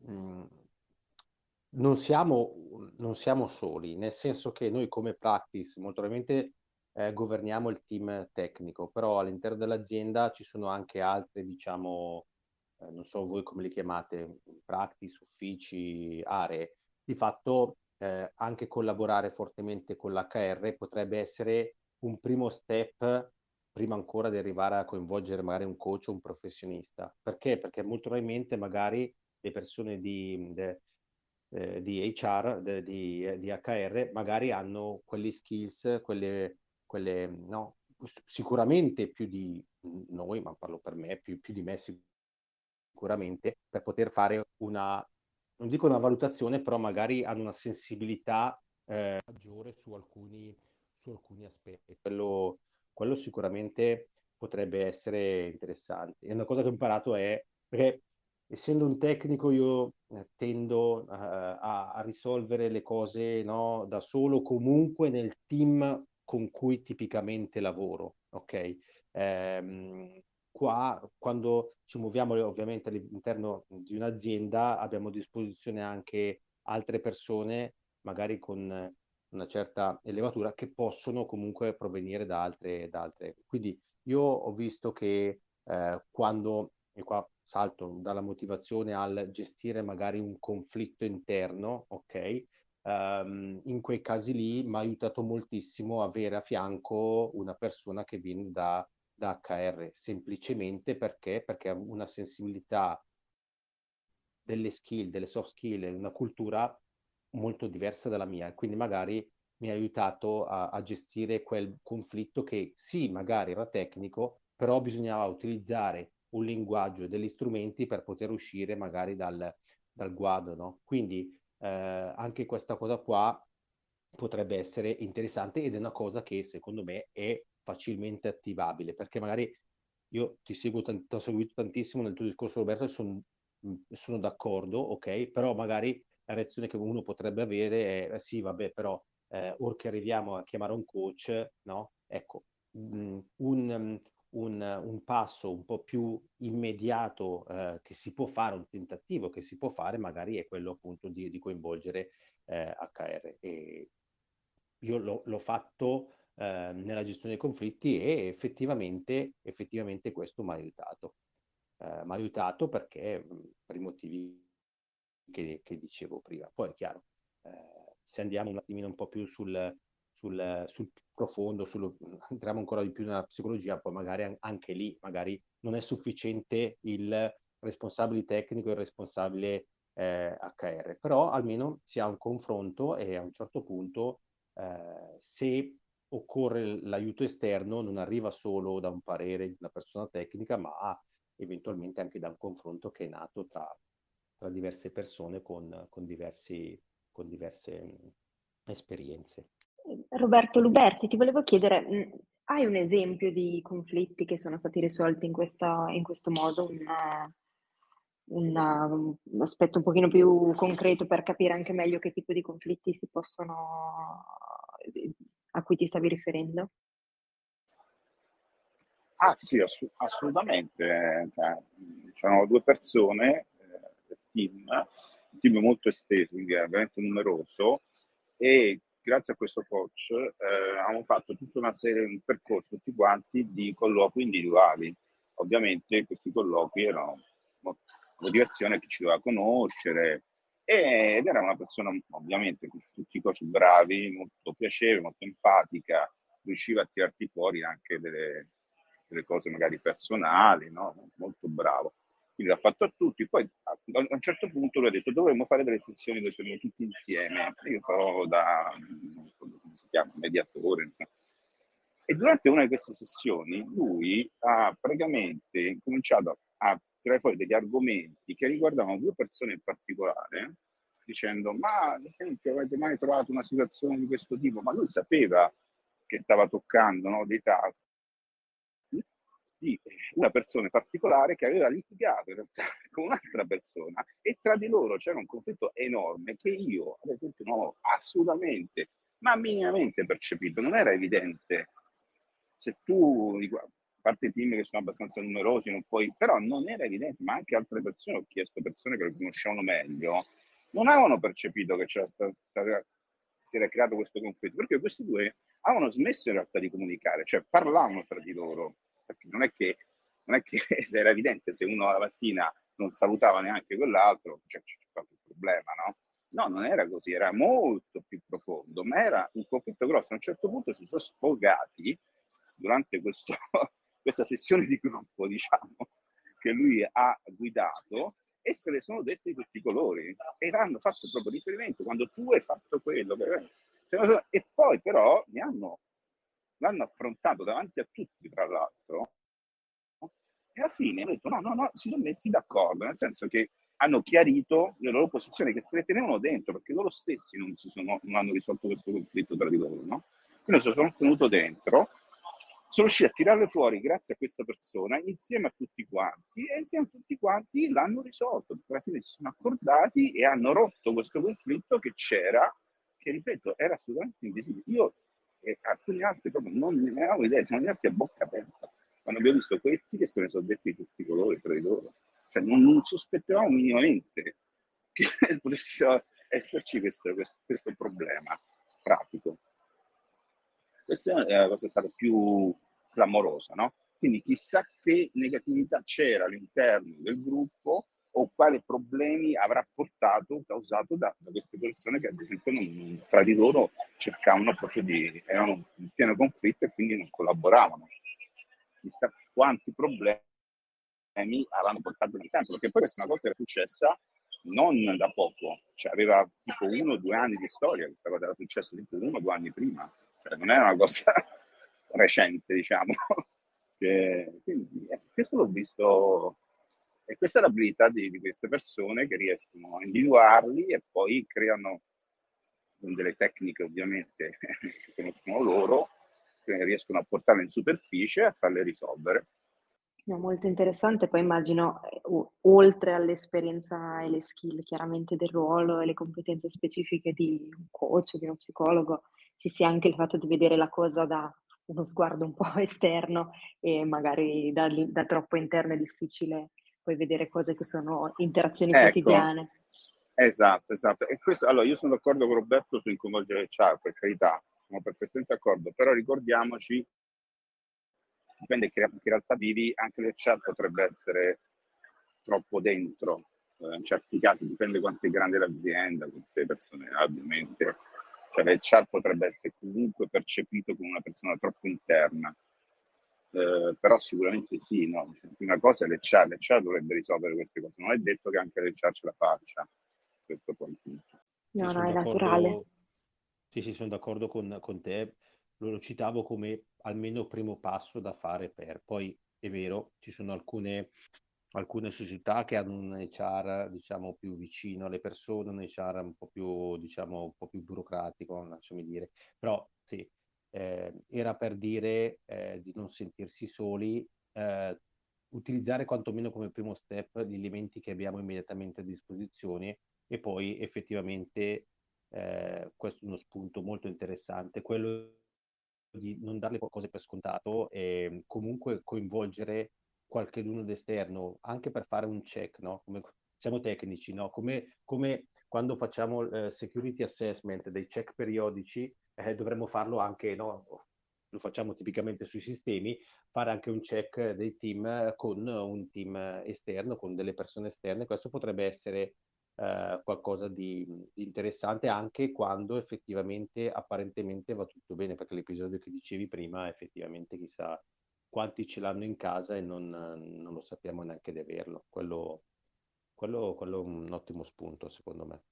non siamo soli, nel senso che noi come practice molto probabilmente governiamo il team tecnico, però all'interno dell'azienda ci sono anche altre, diciamo, non so voi come li chiamate, practice, uffici, aree. Di fatto anche collaborare fortemente con l'HR potrebbe essere un primo step prima ancora di arrivare a coinvolgere magari un coach o un professionista. Perché? Perché molto probabilmente magari le persone di HR, di HR, magari hanno quelle skills, no, sicuramente più di noi, ma parlo per me, più di me sicuramente, per poter fare non dico una valutazione, però magari hanno una sensibilità maggiore su alcuni aspetti. Quello sicuramente potrebbe essere interessante. E una cosa che ho imparato è, perché essendo un tecnico io tendo a risolvere le cose, no, da solo, comunque nel team con cui tipicamente lavoro, ok? Qua, quando ci muoviamo ovviamente all'interno di un'azienda, abbiamo a disposizione anche altre persone, magari con una certa elevatura, che possono comunque provenire da altre. Quindi io ho visto che quando, e qua salto dalla motivazione al gestire magari un conflitto interno, ok? In quei casi lì mi ha aiutato moltissimo avere a fianco una persona che viene da HR, semplicemente perché ha una sensibilità delle skill, delle soft skill, una cultura molto diversa dalla mia, e quindi magari mi ha aiutato a gestire quel conflitto che sì, magari era tecnico, però bisognava utilizzare un linguaggio e degli strumenti per poter uscire magari dal guado, no? Quindi anche questa cosa qua potrebbe essere interessante ed è una cosa che secondo me è facilmente attivabile, perché magari io ti ho seguito tantissimo nel tuo discorso, Roberto, e sono d'accordo, ok? Però magari la reazione che uno potrebbe avere è, sì, vabbè, però or che arriviamo a chiamare un coach, no? Ecco, un passo un po' più immediato che si può fare, un tentativo che si può fare, magari è quello appunto di coinvolgere HR. E io l'ho fatto nella gestione dei conflitti e effettivamente questo mi ha aiutato. Mi ha aiutato perché per i motivi che dicevo prima. Poi è chiaro, se andiamo un attimino un po' più sul profondo, entriamo ancora di più nella psicologia, poi magari anche lì magari non è sufficiente il responsabile tecnico e il responsabile HR, però almeno si ha un confronto e a un certo punto se occorre l'aiuto esterno non arriva solo da un parere di una persona tecnica, ma eventualmente anche da un confronto che è nato tra diverse persone con diverse esperienze. Roberto Luberti, ti volevo chiedere, hai un esempio di conflitti che sono stati risolti in questo modo? Un aspetto un pochino più concreto per capire anche meglio che tipo di conflitti a cui ti stavi riferendo? Ah sì, assolutamente. Cioè, c'erano due persone del team, un team molto esteso, quindi è veramente numeroso, e grazie a questo coach abbiamo fatto tutta una serie, un percorso tutti quanti di colloqui individuali. Ovviamente questi colloqui erano motivazione che ci doveva conoscere, ed era una persona ovviamente con tutti i coach bravi, molto piacevole, molto empatica, riusciva a tirarti fuori anche delle cose magari personali, no? Molto bravo. Quindi l'ha fatto a tutti, poi a un certo punto lui ha detto dovremmo fare delle sessioni dove siamo tutti insieme. Io farò non so come si chiama, mediatore. E durante una di queste sessioni lui ha praticamente cominciato a tirare fuori degli argomenti che riguardavano due persone in particolare, dicendo ma ad esempio avete mai trovato una situazione di questo tipo? Ma lui sapeva che stava toccando, no, dei tasti di una persona particolare che aveva litigato in realtà con un'altra persona e tra di loro c'era un conflitto enorme che io, ad esempio, non ho assolutamente, ma minimamente percepito. Non era evidente. Se tu, a parte i team che sono abbastanza numerosi, non puoi, però non era evidente, ma anche altre persone, ho chiesto persone che lo conoscevano meglio, non avevano percepito che si era creato questo conflitto, perché questi due avevano smesso in realtà di comunicare, cioè parlavano tra di loro, perché non è che se era evidente, se uno la mattina non salutava neanche quell'altro, cioè c'è qualche problema, no? No, non era così, era molto più profondo, ma era un conflitto grosso. A un certo punto si sono sfogati durante questa sessione di gruppo, diciamo, che lui ha guidato, e se ne sono detti di tutti i colori e hanno fatto proprio riferimento quando tu hai fatto quello e poi però l'hanno affrontato davanti a tutti, tra l'altro, e alla fine hanno detto no, si sono messi d'accordo, nel senso che hanno chiarito le loro posizioni, che se le tenevano dentro, perché loro stessi non hanno risolto questo conflitto tra di loro, no? Quindi se sono tenuto dentro, sono riusciti a tirarle fuori grazie a questa persona insieme a tutti quanti, e insieme a tutti quanti l'hanno risolto, perché alla fine si sono accordati e hanno rotto questo conflitto che c'era, che ripeto era assolutamente invisibile. Io e alcuni altri proprio non ne avevo idea, siamo rimasti a bocca aperta quando abbiamo visto questi che se ne sono detti di tutti i colori tra di loro, cioè non sospettavamo minimamente che potesse esserci questo problema pratico. Questa è la cosa stata più clamorosa, no? Quindi chissà che negatività c'era all'interno del gruppo o quali problemi avrà causato da queste persone che ad esempio tra di loro cercavano proprio erano in pieno conflitto e quindi non collaboravano. Chissà quanti problemi avranno portato nel tempo, perché poi questa è una cosa che era successa non da poco, cioè aveva tipo 1 o 2 anni di storia, questa cosa era successa tipo 1 o 2 anni prima, cioè non è una cosa recente, diciamo. Quindi questo l'ho visto, e questa è l'abilità di queste persone che riescono a individuarli e poi creano con delle tecniche ovviamente che conoscono loro, che riescono a portarle in superficie e a farle risolvere. No, molto interessante, poi immagino, oltre all'esperienza e le skill chiaramente del ruolo e le competenze specifiche di un coach, di uno psicologo, ci sia anche il fatto di vedere la cosa da uno sguardo un po' esterno e magari da troppo interno è difficile poi vedere cose che sono interazioni Ecco, quotidiane. esatto. E questo, allora, io sono d'accordo con Roberto su coinvolgere il CHAR, per carità, sono perfettamente d'accordo, però ricordiamoci, dipende che in realtà vivi, anche l'HR potrebbe essere troppo dentro, in certi casi dipende quanto è grande l'azienda, quante persone ha ovviamente, cioè l'HR potrebbe essere comunque percepito come una persona troppo interna, però sicuramente sì, no? Una cosa è l'HR dovrebbe risolvere queste cose, non è detto che anche l'HR ce la faccia, questo poi il punto. No, Sono no, è naturale. d'accordo. Sì, sono d'accordo con te. Lo citavo come almeno primo passo da fare per. Poi è vero, ci sono alcune società che hanno un HR, diciamo, più vicino alle persone, un HR un po' più, diciamo, un po' più burocratico, lasciami dire. Però sì, era per dire di non sentirsi soli, eh, utilizzare quantomeno come primo step gli elementi che abbiamo immediatamente a disposizione e poi effettivamente questo è uno spunto molto interessante, quello di non dare le cose per scontato e comunque coinvolgere qualcheduno d'esterno anche per fare un check, no? Come siamo tecnici, no? Come quando facciamo security assessment, dei check periodici, dovremmo farlo anche, no? Lo facciamo tipicamente sui sistemi, fare anche un check dei team con un team esterno, con delle persone esterne. Questo potrebbe essere qualcosa di interessante anche quando effettivamente apparentemente va tutto bene, perché l'episodio che dicevi prima effettivamente chissà quanti ce l'hanno in casa e non lo sappiamo neanche di averlo. Quello è un ottimo spunto secondo me.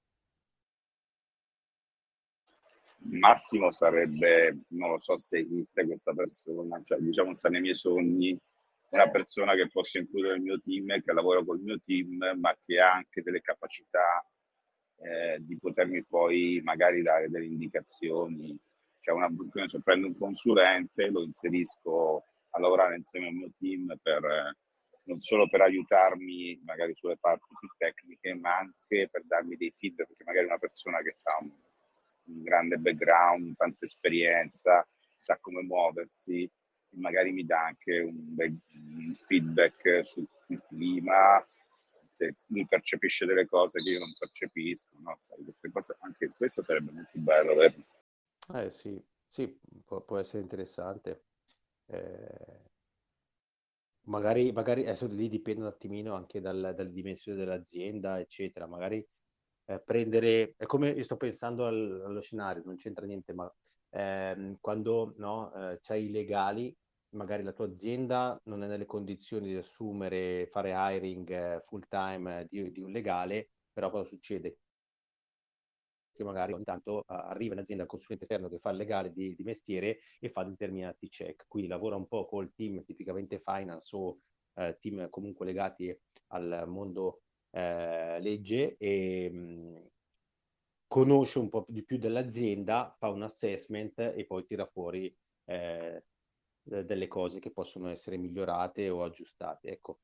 Massimo sarebbe, non lo so se esiste questa persona, cioè diciamo sta nei miei sogni, una persona che posso includere nel mio team e che lavora col mio team, ma che ha anche delle capacità di potermi poi magari dare delle indicazioni, cioè prendo un consulente, lo inserisco a lavorare insieme al mio team non solo per aiutarmi magari sulle parti più tecniche, ma anche per darmi dei feedback, perché magari una persona che ha un grande background, tanta esperienza, sa come muoversi, magari mi dà anche un feedback sul clima, se lui percepisce delle cose che io non percepisco, no? Queste cose, anche questo sarebbe molto bello averlo. Sì, sì, può essere interessante. Eh, magari adesso lì dipende un attimino anche dalle dimensioni dell'azienda, eccetera. Magari prendere, è come io sto pensando allo scenario, non c'entra niente, ma quando no, c'hai i legali, magari la tua azienda non è nelle condizioni di assumere, fare hiring full time di un legale, però cosa succede? Che magari ogni tanto arriva in azienda il consulente esterno che fa il legale di mestiere e fa determinati check. Quindi lavora un po' col team tipicamente finance o team comunque legati al mondo legge e conosce un po' di più dell'azienda, fa un assessment e poi tira fuori eh, delle cose che possono essere migliorate o aggiustate. Ecco,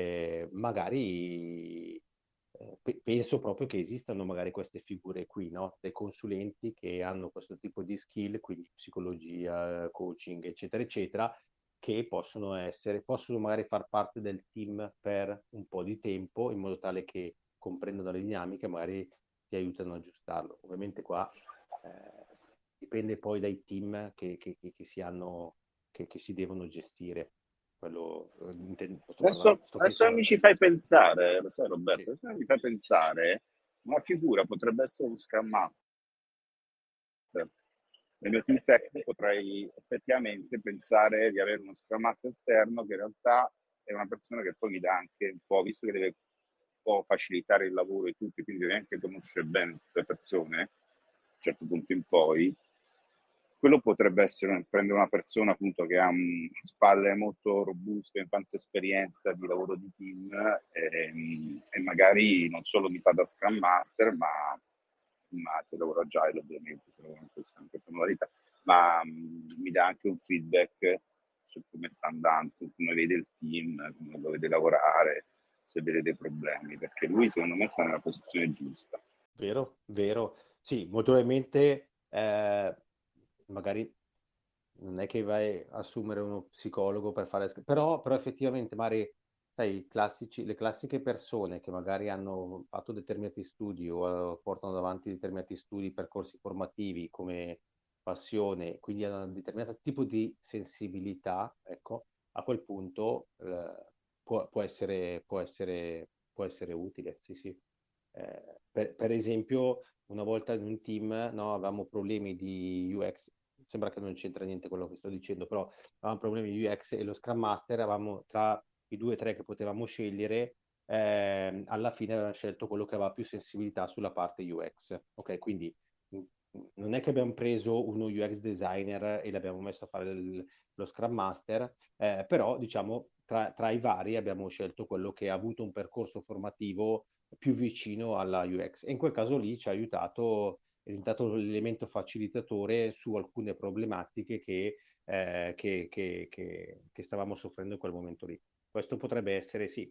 magari penso proprio che esistano magari queste figure qui, no? Dei consulenti che hanno questo tipo di skill, quindi psicologia, coaching, eccetera, eccetera, che possono magari far parte del team per un po' di tempo, in modo tale che comprendano le dinamiche, magari ti aiutano ad aggiustarlo. Ovviamente qua dipende poi dai team che si hanno, che si devono gestire. Quello, sto Adesso pensando mi ci fai all'inizio. pensare, lo sai Sì. Roberto, adesso mi fai pensare, una figura potrebbe essere un Scrum Master. Nel mio team tecnico potrei effettivamente pensare di avere uno Scrum Master esterno che in realtà è una persona che poi mi dà anche un po', visto che deve un po' facilitare il lavoro di tutti, quindi deve anche conoscere bene tutte le persone, a un certo punto in poi, quello potrebbe essere prendere una persona appunto che ha spalle molto robuste, tanta esperienza di lavoro di team e magari non solo mi fa da Scrum Master, ma se lavoro agile ovviamente, se lavoro in questa modalità, ma mi dà anche un feedback su come sta andando, su come vede il team, come lo vede lavorare, se vede dei problemi, perché lui secondo me sta nella posizione giusta. Vero, vero. Sì, molto probabilmente magari non è che vai a assumere uno psicologo per fare... Però effettivamente, magari, sai, le classiche persone che magari hanno fatto determinati studi o portano avanti determinati studi, percorsi formativi come passione, quindi hanno un determinato tipo di sensibilità, ecco, a quel punto può essere utile, sì, sì. Per esempio, una volta in un team, no, avevamo problemi di UX, sembra che non c'entra niente quello che sto dicendo, però avevamo problemi di UX e lo Scrum Master, avevamo tra i due o tre che potevamo scegliere, alla fine avevamo scelto quello che aveva più sensibilità sulla parte UX. Ok, quindi non è che abbiamo preso uno UX designer e l'abbiamo messo a fare lo Scrum Master, però diciamo tra i vari abbiamo scelto quello che ha avuto un percorso formativo più vicino alla UX e in quel caso lì ci ha aiutato, è diventato l'elemento facilitatore su alcune problematiche che stavamo soffrendo in quel momento lì. Questo potrebbe essere, sì,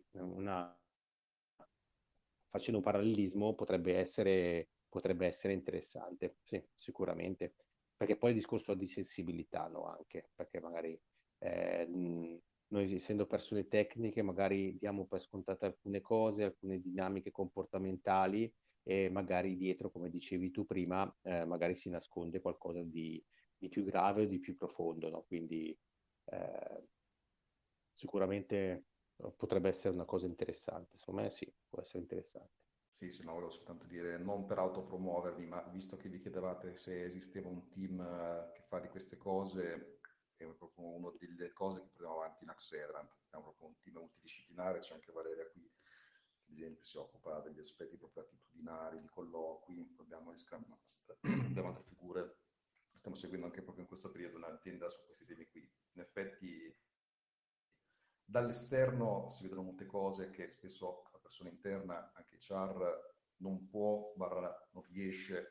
facendo un parallelismo, potrebbe essere interessante, sì, sicuramente. Perché poi il discorso di sensibilità, no, anche, perché magari noi essendo persone tecniche magari diamo per scontate alcune cose, alcune dinamiche comportamentali e magari dietro, come dicevi tu prima, magari si nasconde qualcosa di più grave o di più profondo, no? Quindi eh, sicuramente potrebbe essere una cosa interessante. Secondo me sì, può essere interessante. Sì, sì, no, volevo soltanto dire, non per autopromuovervi, ma visto che vi chiedevate se esisteva un team che fa di queste cose, è proprio una delle cose che portiamo avanti in Accelerant. Abbiamo proprio un team multidisciplinare, c'è anche Valeria qui, che ad esempio si occupa degli aspetti proprio attitudinari, di colloqui, abbiamo gli Scrum Master, abbiamo altre figure. Stiamo seguendo anche proprio in questo periodo un'azienda su questi temi qui. In effetti dall'esterno si vedono molte cose che spesso la persona interna, anche HR, non può, barra, non riesce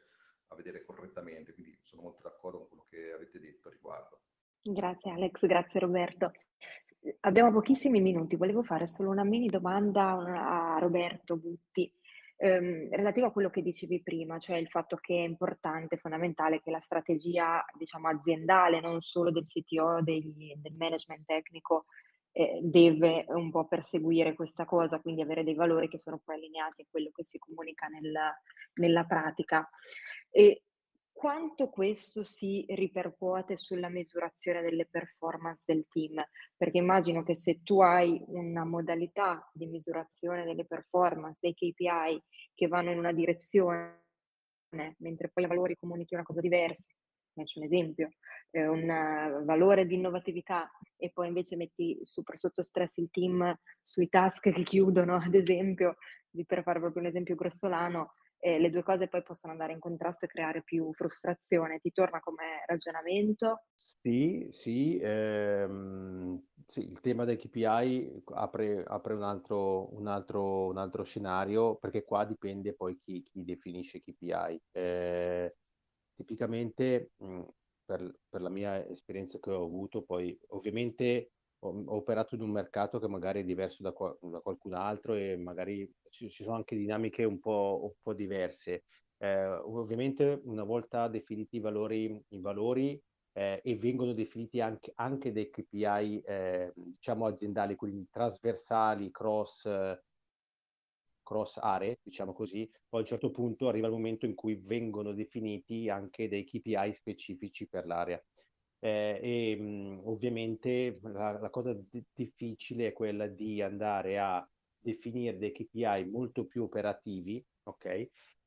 a vedere correttamente, quindi sono molto d'accordo con quello che avete detto a riguardo. Grazie Alex, grazie Roberto. Abbiamo pochissimi minuti, volevo fare solo una mini domanda a Roberto Butti, relativo a quello che dicevi prima, cioè il fatto che è importante, fondamentale che la strategia, diciamo, aziendale, non solo del CTO, del management tecnico, deve un po' perseguire questa cosa, quindi avere dei valori che sono poi allineati a quello che si comunica nella pratica. E quanto questo si ripercuote sulla misurazione delle performance del team? Perché immagino che se tu hai una modalità di misurazione delle performance, dei KPI che vanno in una direzione, mentre poi i valori comunichi una cosa diversa, faccio un esempio, un valore di innovatività e poi invece metti super sotto stress il team sui task che chiudono, ad esempio, per fare proprio un esempio grossolano, le due cose poi possono andare in contrasto e creare più frustrazione. Ti torna come ragionamento? Sì, sì, sì, il tema del KPI apre un altro scenario, perché qua dipende poi chi definisce KPI. Tipicamente, per la mia esperienza che ho avuto, poi ovviamente ho operato in un mercato che magari è diverso da qualcun altro e magari ci sono anche dinamiche un po' diverse. Ovviamente una volta definiti i valori e vengono definiti anche dei KPI, diciamo aziendali, quindi trasversali, cross aree, diciamo così, poi a un certo punto arriva il momento in cui vengono definiti anche dei KPI specifici per l'area. Ovviamente la cosa difficile è quella di andare a definire dei KPI molto più operativi, ok?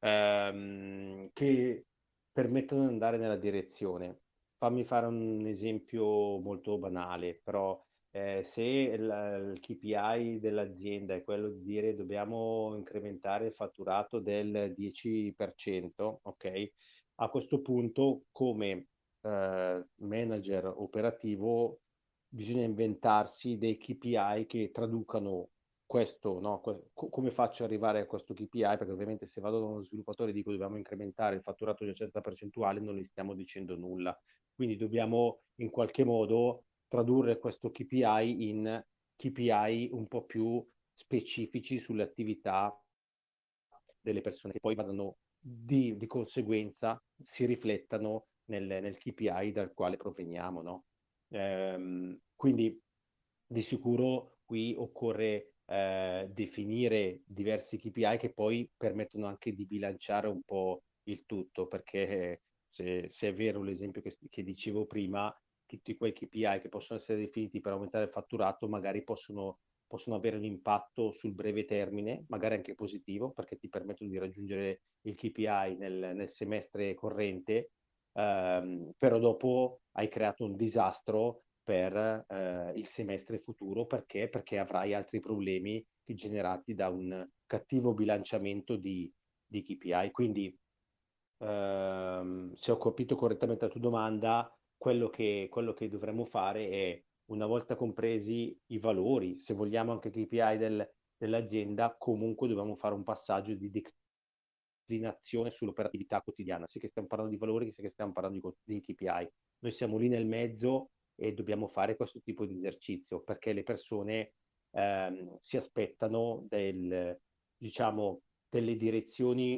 Che permettono di andare nella direzione. Fammi fare un esempio molto banale, però se il KPI dell'azienda è quello di dire dobbiamo incrementare il fatturato del 10%, ok? A questo punto, come manager operativo, bisogna inventarsi dei KPI che traducano questo, no? Come faccio ad arrivare a questo KPI? Perché ovviamente se vado da uno sviluppatore e dico dobbiamo incrementare il fatturato di una certa percentuale, non gli stiamo dicendo nulla. Quindi dobbiamo in qualche modo tradurre questo KPI in KPI un po' più specifici sulle attività delle persone che poi vadano di conseguenza si riflettano nel KPI dal quale proveniamo, no? Quindi di sicuro qui occorre definire diversi KPI che poi permettono anche di bilanciare un po' il tutto, perché se è vero l'esempio che dicevo prima, tutti quei KPI che possono essere definiti per aumentare il fatturato magari possono avere un impatto sul breve termine, magari anche positivo, perché ti permettono di raggiungere il KPI nel semestre corrente, però dopo hai creato un disastro per il semestre futuro perché avrai altri problemi generati da un cattivo bilanciamento di KPI. Quindi, se ho capito correttamente la tua domanda, quello che dovremmo fare è, una volta compresi i valori, se vogliamo anche KPI dell'azienda, comunque dobbiamo fare un passaggio di declinazione sull'operatività quotidiana, sia che stiamo parlando di valori, sia che stiamo parlando di KPI. Noi siamo lì nel mezzo e dobbiamo fare questo tipo di esercizio perché le persone si aspettano diciamo, delle direzioni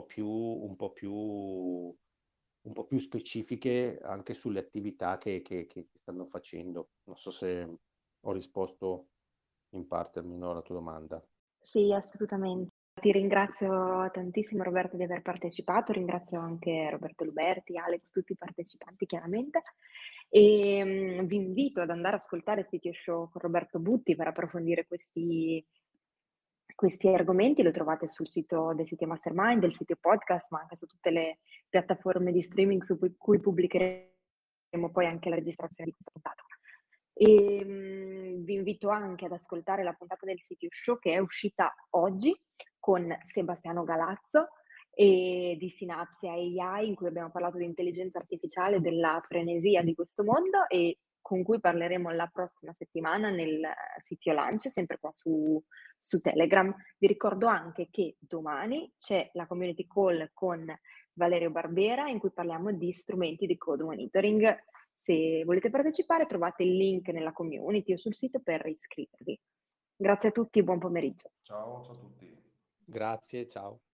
un po' più specifiche anche sulle attività che stanno facendo. Non so se ho risposto in parte almeno alla tua domanda. Sì, assolutamente. Ti ringrazio tantissimo Roberto di aver partecipato, ringrazio anche Roberto Luberti, Alex, tutti i partecipanti chiaramente e vi invito ad andare ad ascoltare il CTO Show con Roberto Butti per approfondire questi argomenti. Lo trovate sul sito del sito Mastermind, del sito podcast, ma anche su tutte le piattaforme di streaming su cui pubblicheremo poi anche la registrazione di questa puntata. E vi invito anche ad ascoltare la puntata del CTO Show che è uscita oggi con Sebastiano Galazzo e di Synapse AI, in cui abbiamo parlato di intelligenza artificiale, della frenesia di questo mondo e con cui parleremo la prossima settimana nel CTO Lunch, sempre qua su Telegram. Vi ricordo anche che domani c'è la community call con Valerio Barbera, in cui parliamo di strumenti di code monitoring. Se volete partecipare trovate il link nella community o sul sito per iscrivervi. Grazie a tutti e buon pomeriggio. Ciao, ciao a tutti. Grazie, ciao.